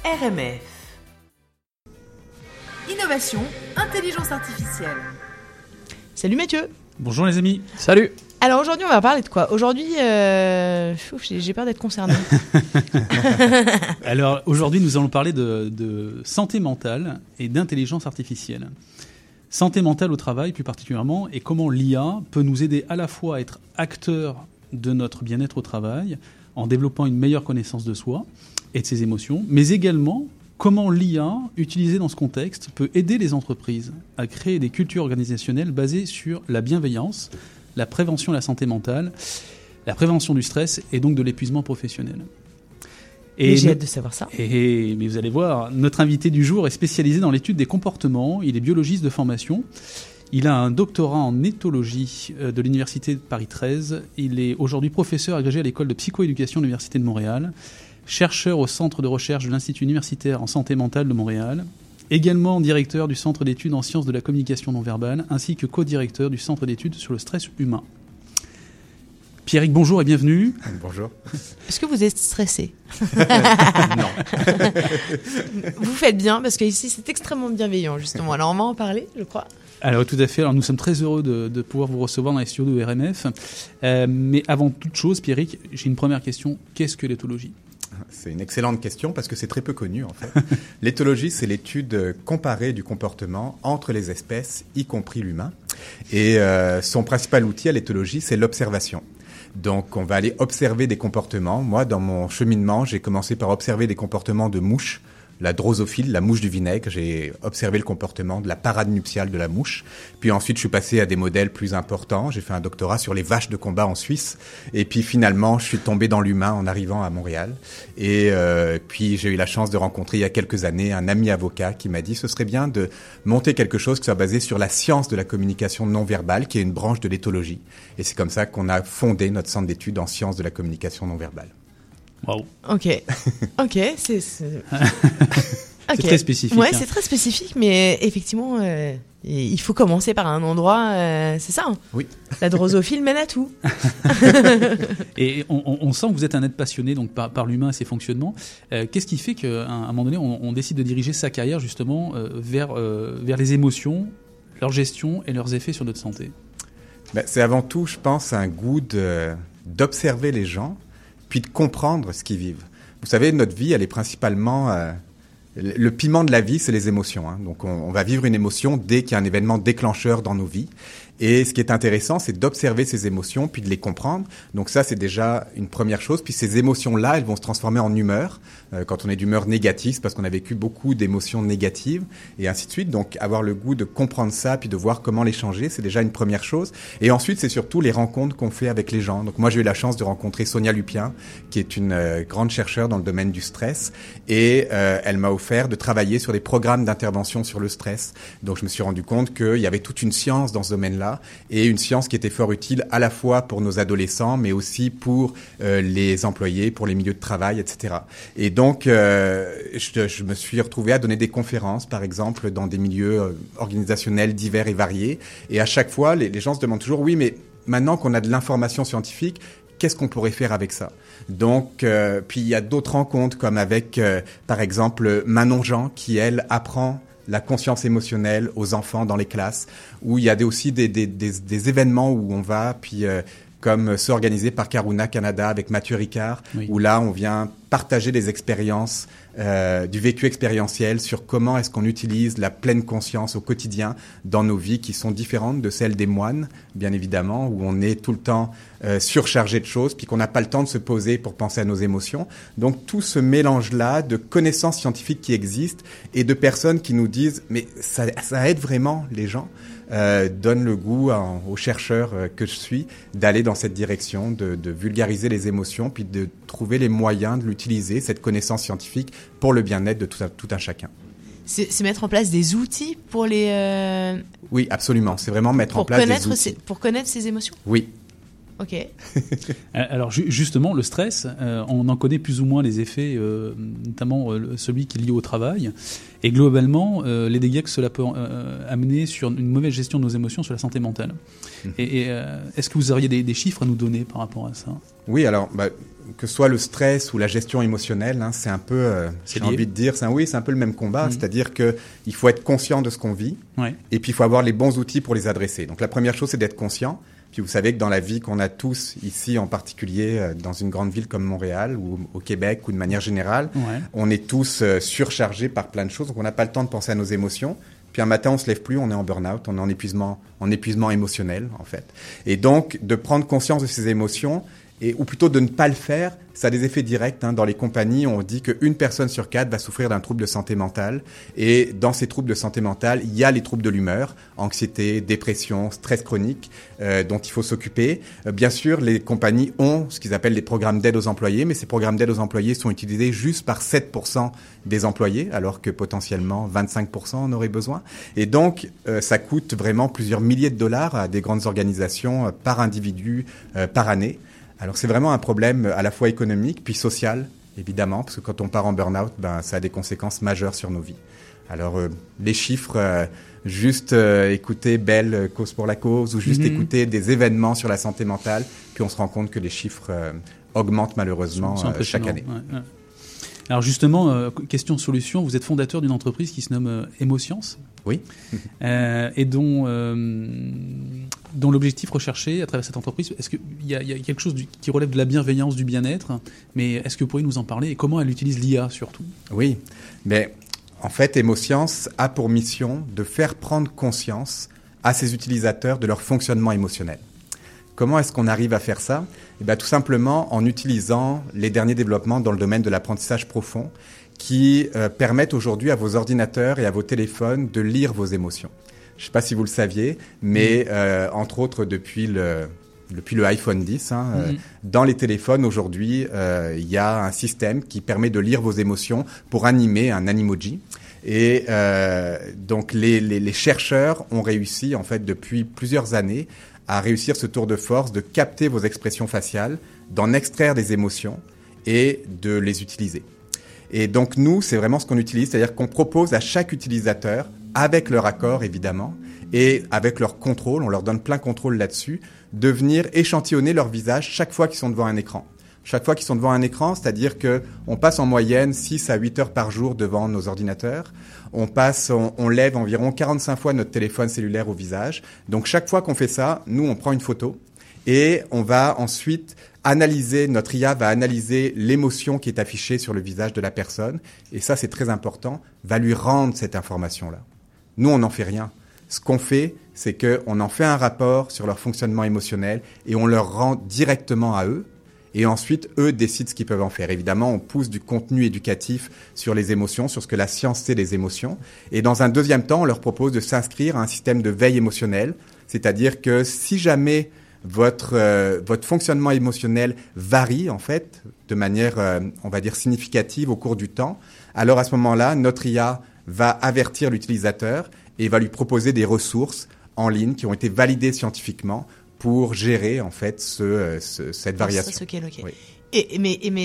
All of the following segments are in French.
RMF. Innovation, intelligence artificielle. Salut Mathieu. Bonjour les amis. Salut. Alors aujourd'hui on va parler de quoi ? Aujourd'hui, j'ai peur d'être concerné. Alors aujourd'hui nous allons parler de santé mentale et d'intelligence artificielle. Santé mentale au travail plus particulièrement, et comment l'IA peut nous aider à la fois à être acteurs de notre bien-être au travail en développant une meilleure connaissance de soi et de ses émotions, mais également comment l'IA, utilisée dans ce contexte, peut aider les entreprises à créer des cultures organisationnelles basées sur la bienveillance, la prévention de la santé mentale, la prévention du stress et donc de l'épuisement professionnel. Et j'ai hâte de savoir ça. Mais vous allez voir, notre invité du jour est spécialisé dans l'étude des comportements. Il est biologiste de formation. Il a un doctorat en éthologie de l'Université de Paris 13. Il est aujourd'hui professeur agrégé à l'école de psychoéducation de l'Université de Montréal, chercheur au centre de recherche de l'Institut universitaire en santé mentale de Montréal, également directeur du centre d'études en sciences de la communication non verbale, ainsi que co-directeur du centre d'études sur le stress humain. Pierrick, bonjour et bienvenue. Bonjour. Est-ce que vous êtes stressé ? Non. Vous faites bien, parce qu'ici c'est extrêmement bienveillant justement. Alors on va en parler, je crois. Alors tout à fait, alors nous sommes très heureux de pouvoir vous recevoir dans les studios de RMF. Mais avant toute chose, Pierrick, j'ai une première question. Qu'est-ce que l'éthologie ? C'est une excellente question parce que c'est très peu connu en fait. L'éthologie, c'est l'étude comparée du comportement entre les espèces, y compris l'humain. Et son principal outil à l'éthologie, c'est l'observation. Donc on va aller observer des comportements. Moi, dans mon cheminement, j'ai commencé par observer des comportements de mouches. La drosophile, la mouche du vinaigre, j'ai observé le comportement de la parade nuptiale de la mouche. Puis ensuite, je suis passé à des modèles plus importants. J'ai fait un doctorat sur les vaches de combat en Suisse. Et puis finalement, je suis tombé dans l'humain en arrivant à Montréal. Et puis j'ai eu la chance de rencontrer il y a quelques années un ami avocat qui m'a dit ce serait bien de monter quelque chose qui soit basé sur la science de la communication non verbale, qui est une branche de l'éthologie. Et c'est comme ça qu'on a fondé notre centre d'études en sciences de la communication non verbale. Wow. Ok, c'est C'est très spécifique. Ouais, c'est très spécifique, mais effectivement, il faut commencer par un endroit, c'est ça. Oui. La drosophile mène à tout. Et on sent que vous êtes un être passionné donc par l'humain et ses fonctionnements. Qu'est-ce qui fait qu'à un moment donné, on décide de diriger sa carrière justement vers les émotions, leur gestion et leurs effets sur notre santé ? C'est avant tout, je pense, un goût d'observer les gens, puis de comprendre ce qu'ils vivent. Vous savez, notre vie, elle est principalement... le piment de la vie, c'est les émotions. Hein. Donc, on va vivre une émotion dès qu'il y a un événement déclencheur dans nos vies. Et ce qui est intéressant, c'est d'observer ces émotions, puis de les comprendre. Donc ça, c'est déjà une première chose. Puis ces émotions-là, elles vont se transformer en humeur. Quand on est d'humeur négative, c'est parce qu'on a vécu beaucoup d'émotions négatives, et ainsi de suite. Donc avoir le goût de comprendre ça, puis de voir comment les changer, c'est déjà une première chose. Et ensuite, c'est surtout les rencontres qu'on fait avec les gens. Donc moi, j'ai eu la chance de rencontrer Sonia Lupien, qui est une grande chercheure dans le domaine du stress. Et elle m'a offert de travailler sur des programmes d'intervention sur le stress. Donc je me suis rendu compte qu'il y avait toute une science dans ce domaine-là, et une science qui était fort utile à la fois pour nos adolescents, mais aussi pour les employés, pour les milieux de travail, etc. Et donc, je me suis retrouvé à donner des conférences, par exemple, dans des milieux organisationnels divers et variés. Et à chaque fois, les gens se demandent toujours, oui, mais maintenant qu'on a de l'information scientifique, qu'est-ce qu'on pourrait faire avec ça ? Donc, puis il y a d'autres rencontres, comme avec, par exemple, Manon Jean, qui, elle, apprend la conscience émotionnelle aux enfants dans les classes, où il y a aussi des événements où on va, puis comme ceux organisés par Karuna Canada avec Mathieu Ricard, oui. Où là, on vient partager des expériences, du vécu expérientiel sur comment est-ce qu'on utilise la pleine conscience au quotidien dans nos vies qui sont différentes de celles des moines, bien évidemment, où on est tout le temps surchargé de choses, puis qu'on n'a pas le temps de se poser pour penser à nos émotions. Donc tout ce mélange-là de connaissances scientifiques qui existent et de personnes qui nous disent « mais ça aide vraiment les gens », donne le goût aux chercheurs que je suis d'aller dans cette direction, de vulgariser les émotions, puis de trouver les moyens de l'utiliser, cette connaissance scientifique, pour le bien-être de tout un chacun. C'est mettre en place des outils pour les... Oui, absolument. C'est vraiment mettre en place des outils. Pour connaître ses émotions ? Oui. Ok. Alors justement, le stress, on en connaît plus ou moins les effets, notamment celui qui est lié au travail, et globalement les dégâts que cela peut amener sur une mauvaise gestion de nos émotions sur la santé mentale. Et est-ce que vous auriez des chiffres à nous donner par rapport à ça ? Oui, alors que ce soit le stress ou la gestion émotionnelle, c'est un peu, j'ai envie de dire, c'est un peu le même combat, c'est-à-dire que il faut être conscient de ce qu'on vit, et puis il faut avoir les bons outils pour les adresser. Donc la première chose, c'est d'être conscient. Puis vous savez que dans la vie qu'on a tous ici, en particulier dans une grande ville comme Montréal ou au Québec ou de manière générale, on est tous surchargés par plein de choses, donc on n'a pas le temps de penser à nos émotions. Puis un matin, on se lève plus, on est en burn-out, on est en épuisement émotionnel en fait. Et donc de prendre conscience de ces émotions, ou plutôt de ne pas le faire, ça a des effets directs. Dans les compagnies, on dit qu'une personne sur 4 va souffrir d'un trouble de santé mentale. Et dans ces troubles de santé mentale, il y a les troubles de l'humeur, anxiété, dépression, stress chronique, dont il faut s'occuper. Bien sûr, les compagnies ont ce qu'ils appellent des programmes d'aide aux employés, mais ces programmes d'aide aux employés sont utilisés juste par 7% des employés, alors que potentiellement 25% en auraient besoin. Et donc, ça coûte vraiment plusieurs milliers de dollars à des grandes organisations par individu, par année. Alors c'est vraiment un problème à la fois économique puis social, évidemment, parce que quand on part en burn-out, ça a des conséquences majeures sur nos vies. Alors les chiffres, juste écouter Belle Cause pour la cause, ou juste écouter des événements sur la santé mentale, puis on se rend compte que les chiffres augmentent malheureusement chaque année. Ouais. Alors justement, question solution, vous êtes fondateur d'une entreprise qui se nomme Emoscience. Oui. Et dont l'objectif recherché à travers cette entreprise, est-ce qu'il y a quelque chose qui relève de la bienveillance, du bien-être, mais est-ce que vous pourriez nous en parler et comment elle utilise l'IA surtout ? Oui, mais en fait, Emoscience a pour mission de faire prendre conscience à ses utilisateurs de leur fonctionnement émotionnel. Comment est-ce qu'on arrive à faire ça ? Tout simplement en utilisant les derniers développements dans le domaine de l'apprentissage profond qui permettent aujourd'hui à vos ordinateurs et à vos téléphones de lire vos émotions. Je ne sais pas si vous le saviez, mais entre autres depuis le iPhone 10, dans les téléphones aujourd'hui, il y a un système qui permet de lire vos émotions pour animer un Animoji. Et donc les chercheurs ont réussi en fait depuis plusieurs années à réussir ce tour de force de capter vos expressions faciales, d'en extraire des émotions et de les utiliser. Et donc nous, c'est vraiment ce qu'on utilise, c'est-à-dire qu'on propose à chaque utilisateur, avec leur accord évidemment, et avec leur contrôle, on leur donne plein contrôle là-dessus, de venir échantillonner leur visage chaque fois qu'ils sont devant un écran. Chaque fois qu'ils sont devant un écran, c'est-à-dire qu'on passe en moyenne 6 à 8 heures par jour devant nos ordinateurs. On lève environ 45 fois notre téléphone cellulaire au visage. Donc chaque fois qu'on fait ça, nous, on prend une photo et on va ensuite notre IA va analyser l'émotion qui est affichée sur le visage de la personne. Et ça, c'est très important, va lui rendre cette information-là. Nous, on n'en fait rien. Ce qu'on fait, c'est qu'on en fait un rapport sur leur fonctionnement émotionnel et on leur rend directement à eux. Et ensuite, eux décident ce qu'ils peuvent en faire. Évidemment, on pousse du contenu éducatif sur les émotions, sur ce que la science sait des émotions. Et dans un deuxième temps, on leur propose de s'inscrire à un système de veille émotionnelle. C'est-à-dire que si jamais votre fonctionnement émotionnel varie, en fait, de manière, on va dire, significative au cours du temps, alors à ce moment-là, notre IA va avertir l'utilisateur et va lui proposer des ressources en ligne qui ont été validées scientifiquement pour gérer en fait cette variation. Oui. Mais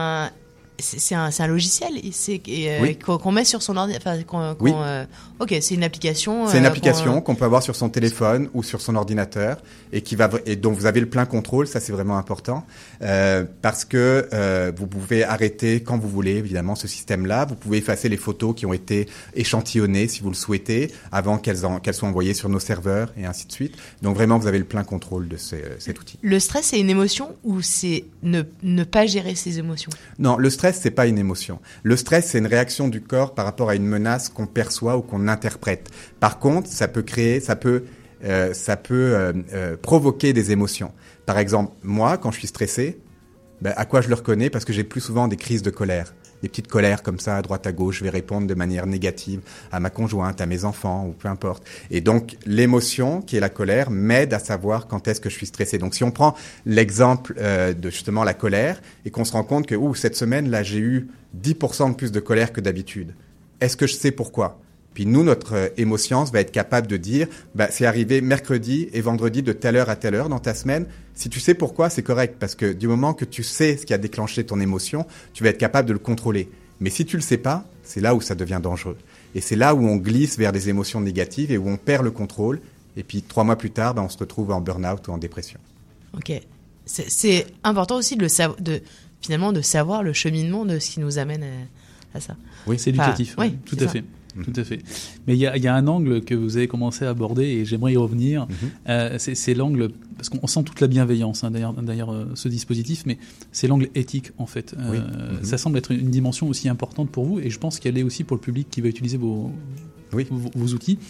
c'est un logiciel qu'on met sur son ordinateur. Oui. Ok, c'est une application. C'est une application qu'on peut avoir sur son téléphone ou sur son ordinateur et dont vous avez le plein contrôle. Ça, c'est vraiment important parce que vous pouvez arrêter quand vous voulez, évidemment, ce système-là. Vous pouvez effacer les photos qui ont été échantillonnées, si vous le souhaitez, avant qu'elles soient envoyées sur nos serveurs et ainsi de suite. Donc vraiment, vous avez le plein contrôle de cet outil. Le stress, c'est une émotion ou c'est ne pas gérer ses émotions ? Non, le stress, c'est pas une émotion. Le stress, c'est une réaction du corps par rapport à une menace qu'on perçoit ou qu'on interprète. Par contre, ça peut provoquer des émotions. Par exemple, moi, quand je suis stressé, à quoi je le reconnais ? Parce que j'ai plus souvent des crises de colère. Des petites colères comme ça, à droite, à gauche. Je vais répondre de manière négative à ma conjointe, à mes enfants, ou peu importe. Et donc, l'émotion, qui est la colère, m'aide à savoir quand est-ce que je suis stressé. Donc, si on prend l'exemple de justement la colère, et qu'on se rend compte que cette semaine, là, j'ai eu 10% de plus de colère que d'habitude. Est-ce que je sais pourquoi ? Puis nous, notre émoscience va être capable de dire, c'est arrivé mercredi et vendredi de telle heure à telle heure dans ta semaine. Si tu sais pourquoi, c'est correct, parce que du moment que tu sais ce qui a déclenché ton émotion, tu vas être capable de le contrôler. Mais si tu le sais pas, c'est là où ça devient dangereux. Et c'est là où on glisse vers des émotions négatives et où on perd le contrôle. Et puis 3 mois plus tard, on se retrouve en burn-out ou en dépression. Ok. C'est important aussi de savoir le cheminement de ce qui nous amène à ça. Oui, c'est éducatif. Oui, tout à fait. Tout à fait. Mais il y a un angle que vous avez commencé à aborder et j'aimerais y revenir. C'est l'angle, parce qu'on sent toute la bienveillance derrière ce dispositif, mais c'est l'angle éthique en fait. Ça semble être une dimension aussi importante pour vous et je pense qu'elle est aussi pour le public qui va utiliser vos outils.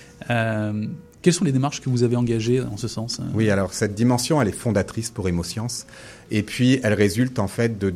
Quelles sont les démarches que vous avez engagées en ce sens? Oui, alors cette dimension, elle est fondatrice pour Emotience. Et puis, elle résulte en fait de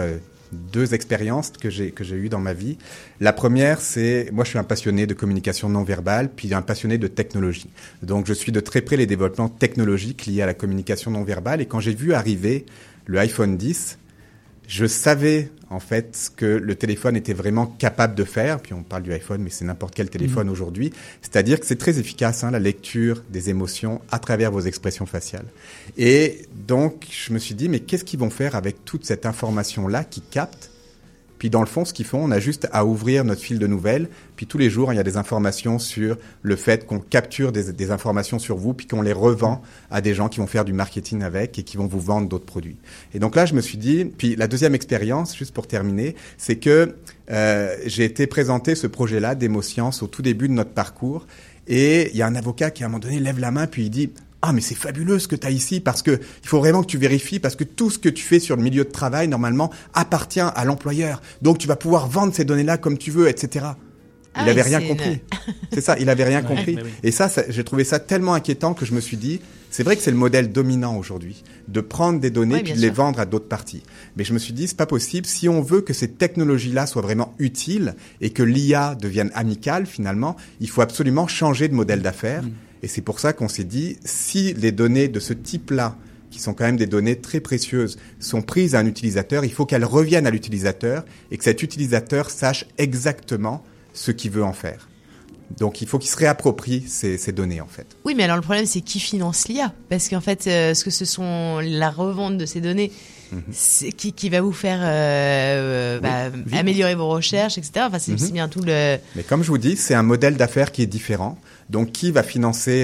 deux expériences que j'ai eues dans ma vie. La première, moi je suis un passionné de communication non verbale, puis un passionné de technologie. Donc je suis de très près les développements technologiques liés à la communication non verbale. Et quand j'ai vu arriver le iPhone 10, je savais en fait ce que le téléphone était vraiment capable de faire. Puis on parle du iPhone, mais c'est n'importe quel téléphone aujourd'hui. C'est-à-dire que c'est très efficace, la lecture des émotions à travers vos expressions faciales. Et donc, je me suis dit, mais qu'est-ce qu'ils vont faire avec toute cette information-là qu'ils captent? Puis dans le fond, ce qu'ils font, on a juste à ouvrir notre fil de nouvelles. Puis tous les jours, il y a des informations sur le fait qu'on capture des informations sur vous, puis qu'on les revend à des gens qui vont faire du marketing avec et qui vont vous vendre d'autres produits. Et donc là, je me suis dit, puis la deuxième expérience, juste pour terminer, c'est que j'ai été présenter ce projet-là d'Emotience au tout début de notre parcours. Et il y a un avocat qui, à un moment donné, lève la main, puis il dit... Ah, mais c'est fabuleux ce que tu as ici parce que il faut vraiment que tu vérifies parce que tout ce que tu fais sur le milieu de travail, normalement, appartient à l'employeur. Donc, tu vas pouvoir vendre ces données-là comme tu veux, etc. Il avait rien compris. C'est ça, il avait rien compris. Oui. Et ça, j'ai trouvé ça tellement inquiétant que je me suis dit, c'est vrai que c'est le modèle dominant aujourd'hui, de prendre des données puis de les vendre à d'autres parties. Mais je me suis dit, c'est pas possible. Si on veut que ces technologies-là soient vraiment utiles et que l'IA devienne amicale, finalement, il faut absolument changer de modèle d'affaires. Et c'est pour ça qu'on s'est dit, si les données de ce type-là, qui sont quand même des données très précieuses, sont prises à un utilisateur, il faut qu'elles reviennent à l'utilisateur et que cet utilisateur sache exactement ce qu'il veut en faire. Donc, il faut qu'il se réapproprie ces données, en fait. Oui, mais alors le problème, c'est qui finance l'IA? Parce qu'en fait, ce sont la revente de ces données c'est qui va vous faire améliorer vos recherches, etc. Enfin, c'est bien tout le... Mais comme je vous dis, c'est un modèle d'affaires qui est différent. Donc, qui va financer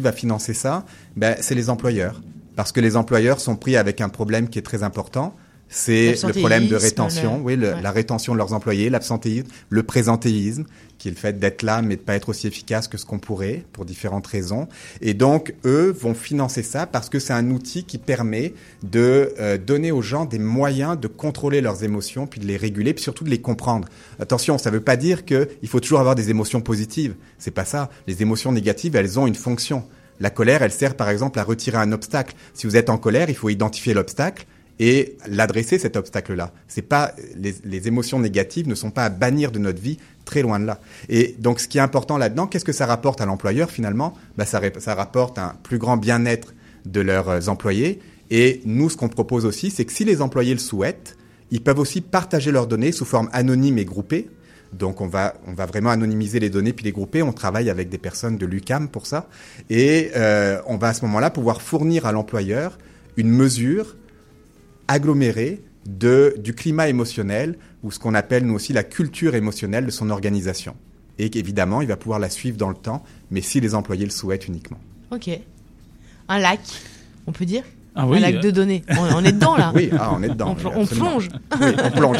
ça? C'est les employeurs. Parce que les employeurs sont pris avec un problème qui est très important. C'est le problème de rétention, la rétention de leurs employés, l'absentéisme, le présentéisme, qui est le fait d'être là mais de pas être aussi efficace que ce qu'on pourrait pour différentes raisons. Et donc, eux vont financer ça parce que c'est un outil qui permet de donner aux gens des moyens de contrôler leurs émotions, puis de les réguler, puis surtout de les comprendre. Attention, ça veut pas dire qu'il faut toujours avoir des émotions positives. C'est pas ça. Les émotions négatives, elles ont une fonction. La colère, elle sert par exemple à retirer un obstacle. Si vous êtes en colère, il faut identifier l'obstacle et l'adresser, cet obstacle-là. C'est pas, les émotions négatives ne sont pas à bannir de notre vie, très loin de là. Et donc, ce qui est important là-dedans, qu'est-ce que ça rapporte à l'employeur finalement? Ça rapporte un plus grand bien-être de leurs employés. Et nous, ce qu'on propose aussi, c'est que si les employés le souhaitent, ils peuvent aussi partager leurs données sous forme anonyme et groupée. Donc, on va vraiment anonymiser les données puis les grouper. On travaille avec des personnes de l'UQAM pour ça. Et on va à ce moment-là pouvoir fournir à l'employeur une mesure agglomérée du climat émotionnel ou ce qu'on appelle nous aussi la culture émotionnelle de son organisation. Et qu'évidemment, il va pouvoir la suivre dans le temps, mais si les employés le souhaitent uniquement. Ok. Un lac, on peut dire? Ah oui, un lac de données. On est dedans, là. Oui, on est dedans. On plonge. Oui, on plonge.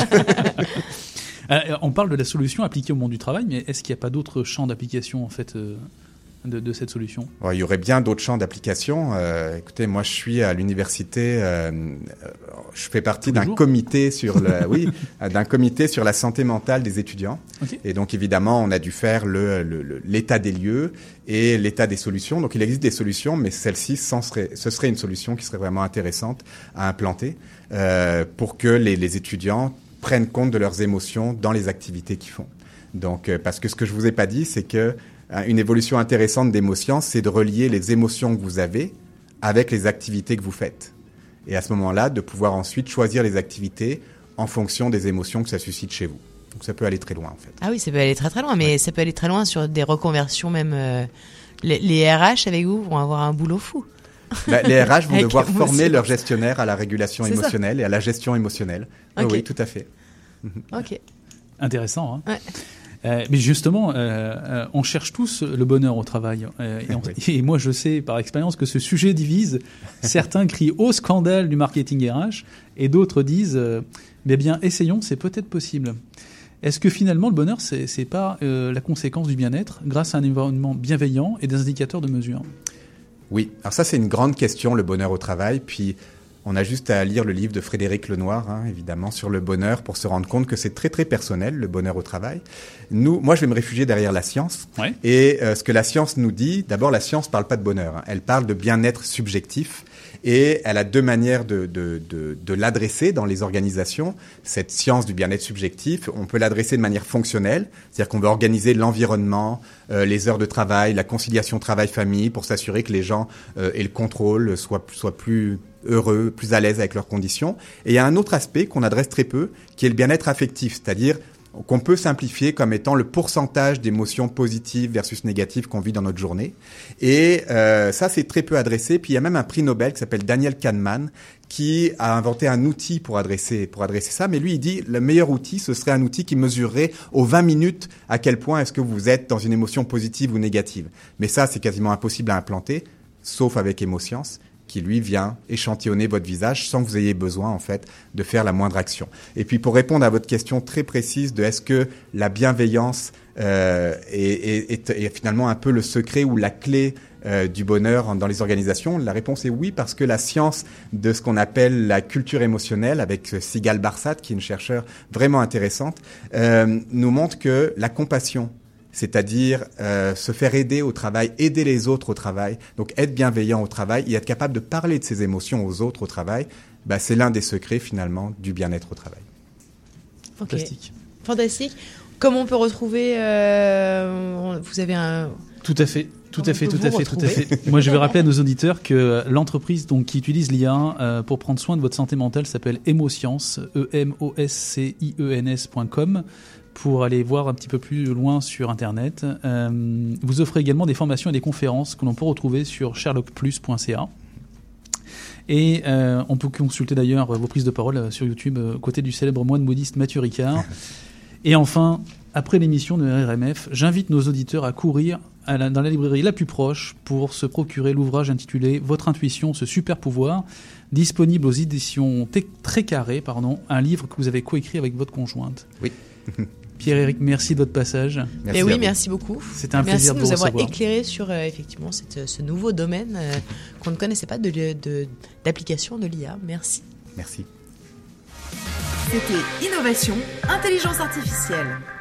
On parle de la solution appliquée au monde du travail, mais est-ce qu'il n'y a pas d'autres champs d'application en fait de cette solution? Il y aurait bien d'autres champs d'application. Écoutez, moi je suis à l'université, je fais partie d'un comité d'un comité sur la santé mentale des étudiants. Okay. Et donc évidemment, on a dû faire l'état des lieux et l'état des solutions. Donc il existe des solutions, mais celle-ci, ce serait une solution qui serait vraiment intéressante à implanter pour que les étudiants prennent compte de leurs émotions dans les activités qu'ils font. Donc, parce que ce que je vous ai pas dit, c'est que une évolution intéressante d'Emotience, c'est de relier les émotions que vous avez avec les activités que vous faites. Et à ce moment-là, de pouvoir ensuite choisir les activités en fonction des émotions que ça suscite chez vous. Donc ça peut aller très loin en fait. Ah oui, ça peut aller très très loin, mais ça peut aller très loin sur des reconversions même. Les RH avec vous vont avoir un boulot fou. Les RH vont Avec devoir l'émotion. former leurs gestionnaires à la régulation C'est ça. émotionnelle et à la gestion émotionnelle. Ok. Oui, tout à fait. Ok. Intéressant. Hein. Ouais. Mais justement, on cherche tous le bonheur au travail. Et moi, je sais par expérience que ce sujet divise. Certains crient au scandale du marketing RH et d'autres disent mais bien, essayons, c'est peut-être possible. Est-ce que finalement, le bonheur, c'est pas la conséquence du bien-être grâce à un environnement bienveillant et des indicateurs de mesure? Oui, alors ça c'est une grande question, le bonheur au travail. Puis on a juste à lire le livre de Frédéric Lenoir, évidemment, sur le bonheur pour se rendre compte que c'est très très personnel, le bonheur au travail. Moi je vais me réfugier derrière la science. Ouais. Et ce que la science nous dit, d'abord la science parle pas de bonheur, elle parle de bien-être subjectif. Et elle a deux manières de l'adresser dans les organisations. Cette science du bien-être subjectif, on peut l'adresser de manière fonctionnelle, c'est-à-dire qu'on va organiser l'environnement, les heures de travail, la conciliation travail-famille pour s'assurer que les gens aient le contrôle, soient plus heureux, plus à l'aise avec leurs conditions. Et il y a un autre aspect qu'on adresse très peu, qui est le bien-être affectif, c'est-à-dire qu'on peut simplifier comme étant le pourcentage d'émotions positives versus négatives qu'on vit dans notre journée. Et ça, c'est très peu adressé. Puis il y a même un prix Nobel qui s'appelle Daniel Kahneman qui a inventé un outil pour adresser ça. Mais lui, il dit le meilleur outil, ce serait un outil qui mesurerait aux 20 minutes à quel point est-ce que vous êtes dans une émotion positive ou négative. Mais ça, c'est quasiment impossible à implanter, sauf avec Émoscience, qui lui vient échantillonner votre visage sans que vous ayez besoin en fait de faire la moindre action. Et puis pour répondre à votre question très précise de est-ce que la bienveillance est finalement un peu le secret ou la clé du bonheur dans les organisations, la réponse est oui, parce que la science de ce qu'on appelle la culture émotionnelle, avec Sigal Barsad, qui est une chercheure vraiment intéressante, nous montre que la compassion, c'est-à-dire se faire aider au travail, aider les autres au travail, donc être bienveillant au travail et être capable de parler de ses émotions aux autres au travail, c'est l'un des secrets finalement du bien-être au travail. Okay. Fantastique. Comment on peut retrouver vous avez un... Tout à fait. Moi, je vais rappeler à nos auditeurs que l'entreprise qui utilise l'IA pour prendre soin de votre santé mentale s'appelle Émoscience, EMOSCIENS.com. Pour aller voir un petit peu plus loin sur Internet. Vous offrez également des formations et des conférences que l'on peut retrouver sur sherlockplus.ca. Et on peut consulter d'ailleurs vos prises de parole sur YouTube aux côtés du célèbre moine bouddhiste Mathieu Ricard. Et enfin, après l'émission de RMF, j'invite nos auditeurs à courir dans la librairie la plus proche pour se procurer l'ouvrage intitulé « Votre intuition, ce super pouvoir », disponible aux éditions Très Carré, un livre que vous avez coécrit avec votre conjointe. Oui. Pierre-Éric, merci de votre passage. Merci beaucoup. C'était un plaisir de vous recevoir. Merci de nous avoir éclairé sur effectivement ce nouveau domaine qu'on ne connaissait pas d'application de l'IA. Merci. Merci. C'était Innovation, Intelligence Artificielle.